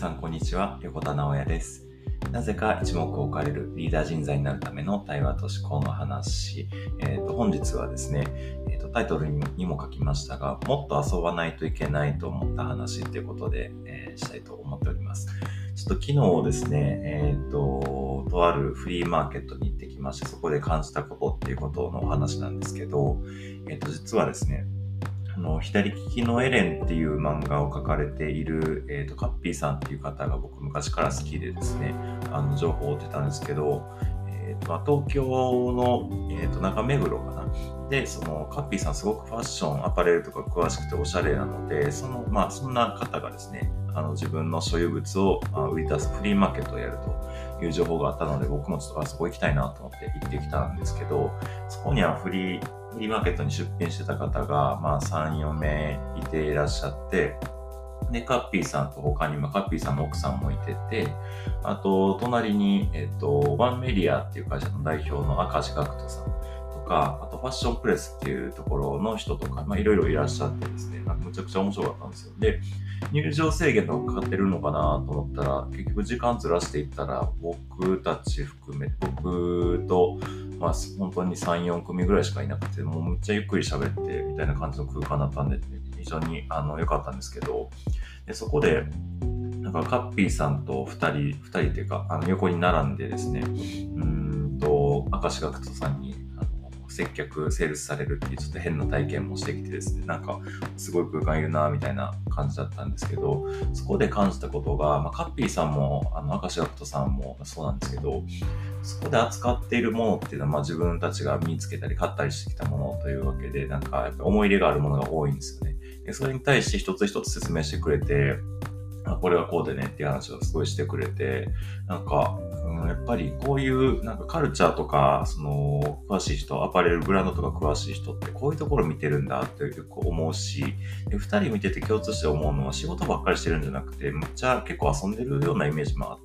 さんこんにちは、横田直也です。なぜか一目置かれるリーダー人材になるための対話と思考の話。本日はですね、タイトルにも書きましたが、もっと遊ばないといけないと思った話ということで、したいと思っております。ちょっと昨日ですね、とあるフリーマーケットに行ってきまして、そこで感じたことっていうことのお話なんですけど、実はですね、左利きのエレンっていう漫画を描かれている、カッピーさんっていう方が僕昔から好きでですね、情報を追ってたんですけど、東京の、中目黒かな。で、そのカッピーさんすごくファッション、アパレルとか詳しくておしゃれなので、そんな方がですね、自分の所有物を売り出すフリーマーケットをやるという情報があったので、僕もちょっとそこ行きたいなと思って行ってきたんですけど、そこにはフリーマーケットに出品してた方が、3、4名いていらっしゃって、で、カッピーさんと他にもカッピーさんの奥さんもいてて、あと、隣に、ワンメディアっていう会社の代表の明石学人さんとか、あとファッションプレスっていうところの人とか、いろいろいらっしゃってですね、むちゃくちゃ面白かったんですよ。で、入場制限とかかかってるのかなと思ったら、結局時間ずらしていったら、僕たち含め、僕と、本当に3、4組ぐらいしかいなくて、もうむっちゃゆっくり喋って、みたいな感じの空間だったんで、非常に良かったんですけど、でそこで、カッピーさんと二人っていうか、横に並んでですね、明石学人さんに、接客、セールスされるっていうちょっと変な体験もしてきてですね、すごい空間いるなみたいな感じだったんですけど、そこで感じたことが、カッピーさんも、明石学人さんもそうなんですけど、そこで扱っているものっていうのは、自分たちが身につけたり買ったりしてきたものというわけで、やっぱ思い入れがあるものが多いんですよね。でそれに対して一つ一つ説明してくれて、これはこうでねっていう話をすごいしてくれて、やっぱりこういうカルチャーとか、詳しい人、アパレルブランドとか詳しい人ってこういうところ見てるんだってよく思うし、二人見てて共通して思うのは仕事ばっかりしてるんじゃなくて、むっちゃ結構遊んでるようなイメージもあって、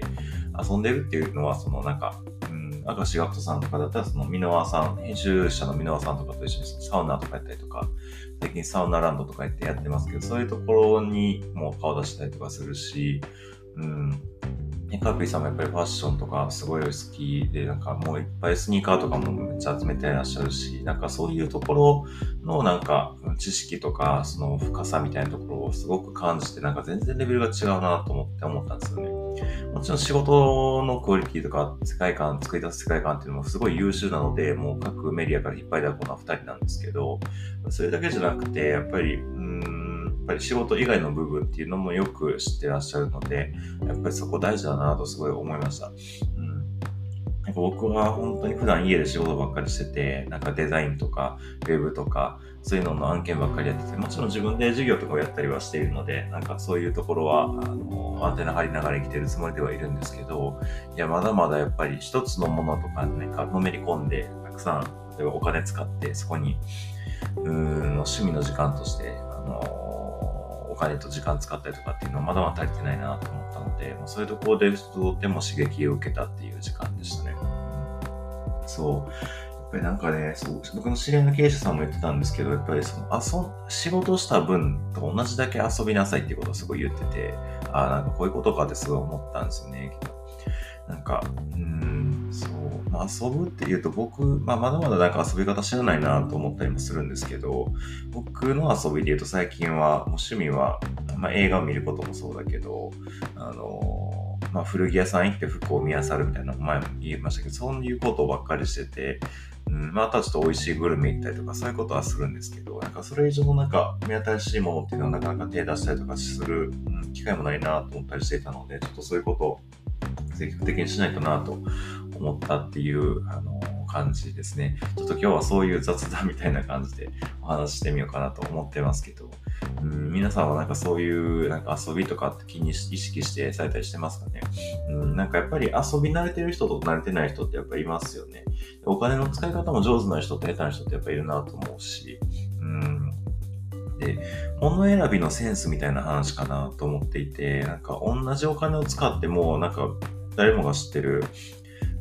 遊んでるっていうのは明石学人さんとかだったら箕輪さん、編集者の箕輪さんとかと一緒にサウナとかやったりとか、最近サウナランドとかやってますけど、そういうところにもう顔出したりとかするし、カーピーさんもやっぱりファッションとかすごい好きで、もういっぱいスニーカーとかもめっちゃ集めてらっしゃるし、そういうところの知識とかその深さみたいなところをすごく感じて、全然レベルが違うなと思ったんですよね。もちろん仕事のクオリティとか作り出す世界観っていうのもすごい優秀なので、もう各メディアから引っ張りだこな二人なんですけど、それだけじゃなくて、やっぱり仕事以外の部分っていうのもよく知ってらっしゃるので、やっぱりそこ大事だなとすごい思いました。僕は本当に普段家で仕事ばっかりしてて、デザインとかウェブとかそういうのの案件ばっかりやってて、もちろん自分で授業とかをやったりはしているので、そういうところはアンテナ張りながら生きてるつもりではいるんですけど、いやまだまだやっぱり一つのものとかのめり込んでたくさん例えばお金使ってそこに趣味の時間としてお金と時間使ったりとかっていうのはまだまだ足りてないなと思ったので、そういうところでとても刺激を受けたっていう時間でしたね。そう。やっぱり僕の知り合いの経営者さんも言ってたんですけど、やっぱり仕事した分と同じだけ遊びなさいっていうことをすごい言ってて、こういうことかってすごい思ったんですよね。遊ぶって言うと僕、まだまだ遊び方知らないなと思ったりもするんですけど、僕の遊びで言うと最近は、もう趣味は、映画を見ることもそうだけど、古着屋さん行って服を見漁るみたいな前も言いましたけど、そういうことばっかりしてて、あとはちょっと美味しいグルメ行ったりとかそういうことはするんですけど、それ以上の目新しいものっていうのはなかなか手出したりとかする、機会もないなと思ったりしていたので、ちょっとそういうことを積極的にしないとなと思ったっていう感じですね。ちょっと今日はそういう雑談みたいな感じでお話ししてみようかなと思ってますけど、皆さんはそういう遊びとかって意識してされたりしてますかね。やっぱり遊び慣れてる人と慣れてない人ってやっぱりいますよね。お金の使い方も上手な人と下手な人ってやっぱりいるなと思うし、で、物選びのセンスみたいな話かなと思っていて、同じお金を使っても誰もが知ってる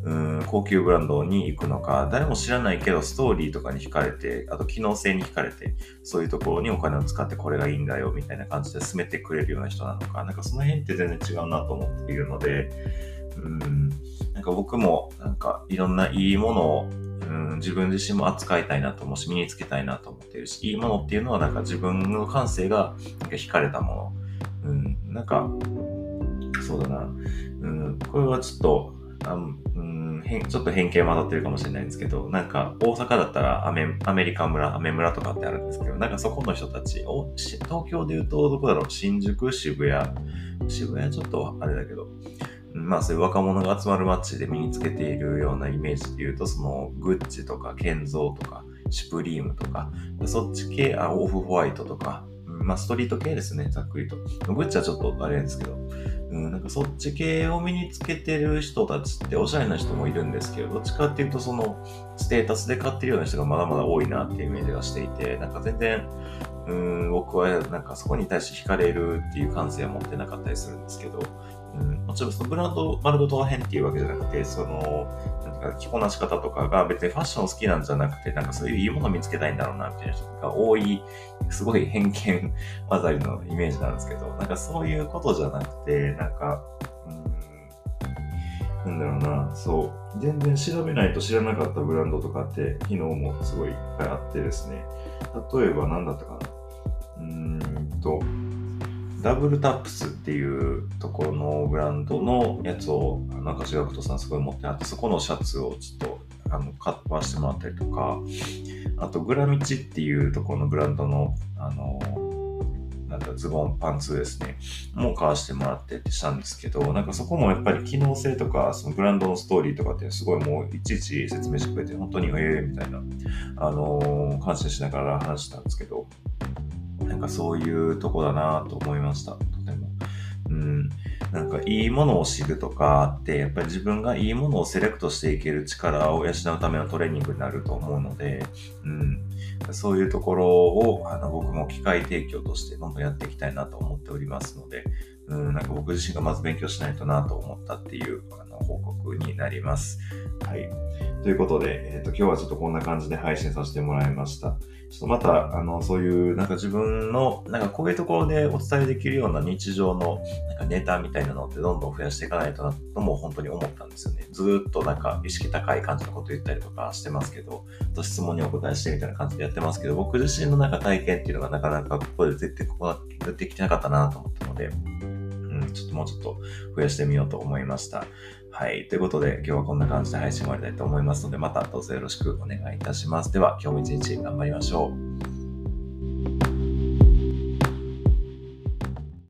高級ブランドに行くのか、誰も知らないけどストーリーとかに惹かれて、あと機能性に惹かれて、そういうところにお金を使ってこれがいいんだよみたいな感じで進めてくれるような人なのか、なんかその辺って全然違うなと思っているので、なんか僕もなんかいろんないいものを自分自身も扱いたいなと思うし、身につけたいなと思っているし、いいものっていうのはなんか自分の感性がなんか惹かれたもの。なんか、そうだな。これはちょっと、ちょっと偏見混ざってるかもしれないんですけど、なんか大阪だったらアメリカ村、アメ村とかってあるんですけど、なんかそこの人たち、東京で言うとどこだろう、新宿、渋谷ちょっとあれだけど、まあそういう若者が集まる街で身につけているようなイメージで言うと、そのグッチとかケンゾーとかシュプリームとか、そっち系、オフホワイトとか、まあストリート系ですね、ざっくりと。グッチはちょっとあれなんですけど、なんかそっち系を身につけてる人たちっておしゃれな人もいるんですけど、どっちかっていうとそのステータスで買ってるような人がまだまだ多いなっていうイメージがしていて、なんか全然、僕はなんかそこに対して惹かれるっていう感性は持ってなかったりするんですけど、もちろんそのブランド丸ごと変っていうわけじゃなくて、その、なんていうか着こなし方とかが別にファッション好きなんじゃなくて、なんかそういういいものを見つけたいんだろうな、みたいな人が多い、すごい偏見混ざりのイメージなんですけど、なんかそういうことじゃなくて、なんか、なんだろうな、そう、全然調べないと知らなかったブランドとかって昨日もすごいいっぱいあってですね、例えば何だったかな、ダブルタップスっていうところのブランドのやつを中志学人さんすごい持ってあって、そこのシャツをちょっと買わしてもらったりとか、あとグラミチっていうところのブランドのズボンパンツですねも買わしてもらってってしたんですけど、なんかそこもやっぱり機能性とかそのブランドのストーリーとかってすごいもういちいち説明してくれて、本当にみたいな感謝しながら話したんですけど、なんかそういうとこだなと思いました。とても。なんかいいものを知るとかって、やっぱり自分がいいものをセレクトしていける力を養うためのトレーニングになると思うので、そういうところを僕も機会提供としてどんどんやっていきたいなと思っておりますので、なんか僕自身がまず勉強しないとなと思ったっていう報告になります。はい。ということで、今日はちょっとこんな感じで配信させてもらいました。ちょっとまた、そういう、なんか自分の、なんかこういうところでお伝えできるような日常の、なんかネタみたいなのってどんどん増やしていかないとな、とも本当に思ったんですよね。ずーっとなんか意識高い感じのこと言ったりとかしてますけど、質問にお答えしてみたいな感じでやってますけど、僕自身のなんか体験っていうのがなかなかここで絶対ここはできてなかったなと思ったので、ちょっともうちょっと増やしてみようと思いました。はい。ということで、今日はこんな感じで配信終わりたいと思いますので、またどうぞよろしくお願いいたします。では、今日も一日頑張りましょう。